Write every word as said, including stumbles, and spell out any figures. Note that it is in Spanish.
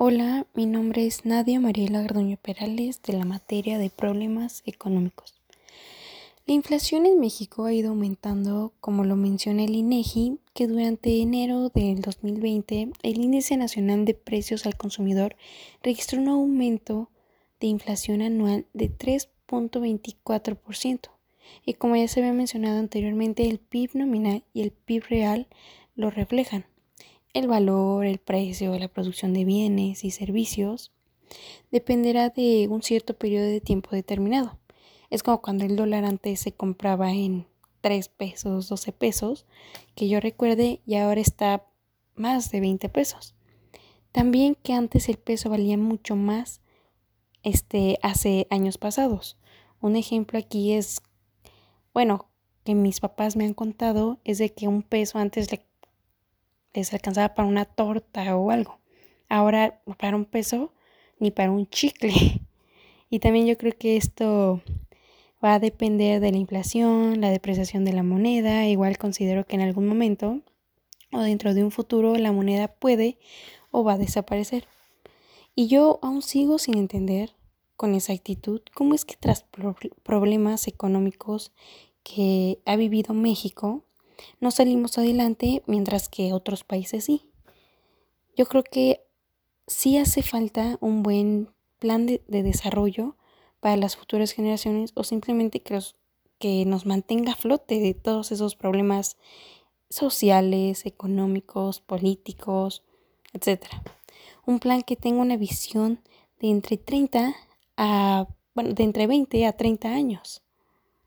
Hola, mi nombre es Nadia Mariela Garduño Perales de la materia de problemas económicos. La inflación en México ha ido aumentando, como lo menciona el INEGI, que durante enero del dos mil veinte el Índice Nacional de Precios al Consumidor registró un aumento de inflación anual de tres punto veinticuatro por ciento. Y como ya se había mencionado anteriormente, el P I B nominal y el P I B real lo reflejan. El valor, el precio, la producción de bienes y servicios dependerá de un cierto periodo de tiempo determinado. Es como cuando el dólar antes se compraba en tres pesos, doce pesos, que yo recuerde, y ahora está más de veinte pesos. También que antes el peso valía mucho más este, hace años pasados. Un ejemplo aquí es, bueno, que mis papás me han contado, es de que un peso antes le les alcanzaba para una torta o algo. Ahora para un peso ni para un chicle. Y también yo creo que esto va a depender de la inflación, la depreciación de la moneda. Igual considero que en algún momento o dentro de un futuro la moneda puede o va a desaparecer. Y yo aún sigo sin entender con exactitud cómo es que tras problemas económicos que ha vivido México, no salimos adelante mientras que otros países sí. Yo creo que sí hace falta un buen plan de, de desarrollo para las futuras generaciones o simplemente que, los, que nos mantenga a flote de todos esos problemas sociales, económicos, políticos, etcétera. Un plan que tenga una visión de entre treinta a, bueno, de entre veinte a treinta años.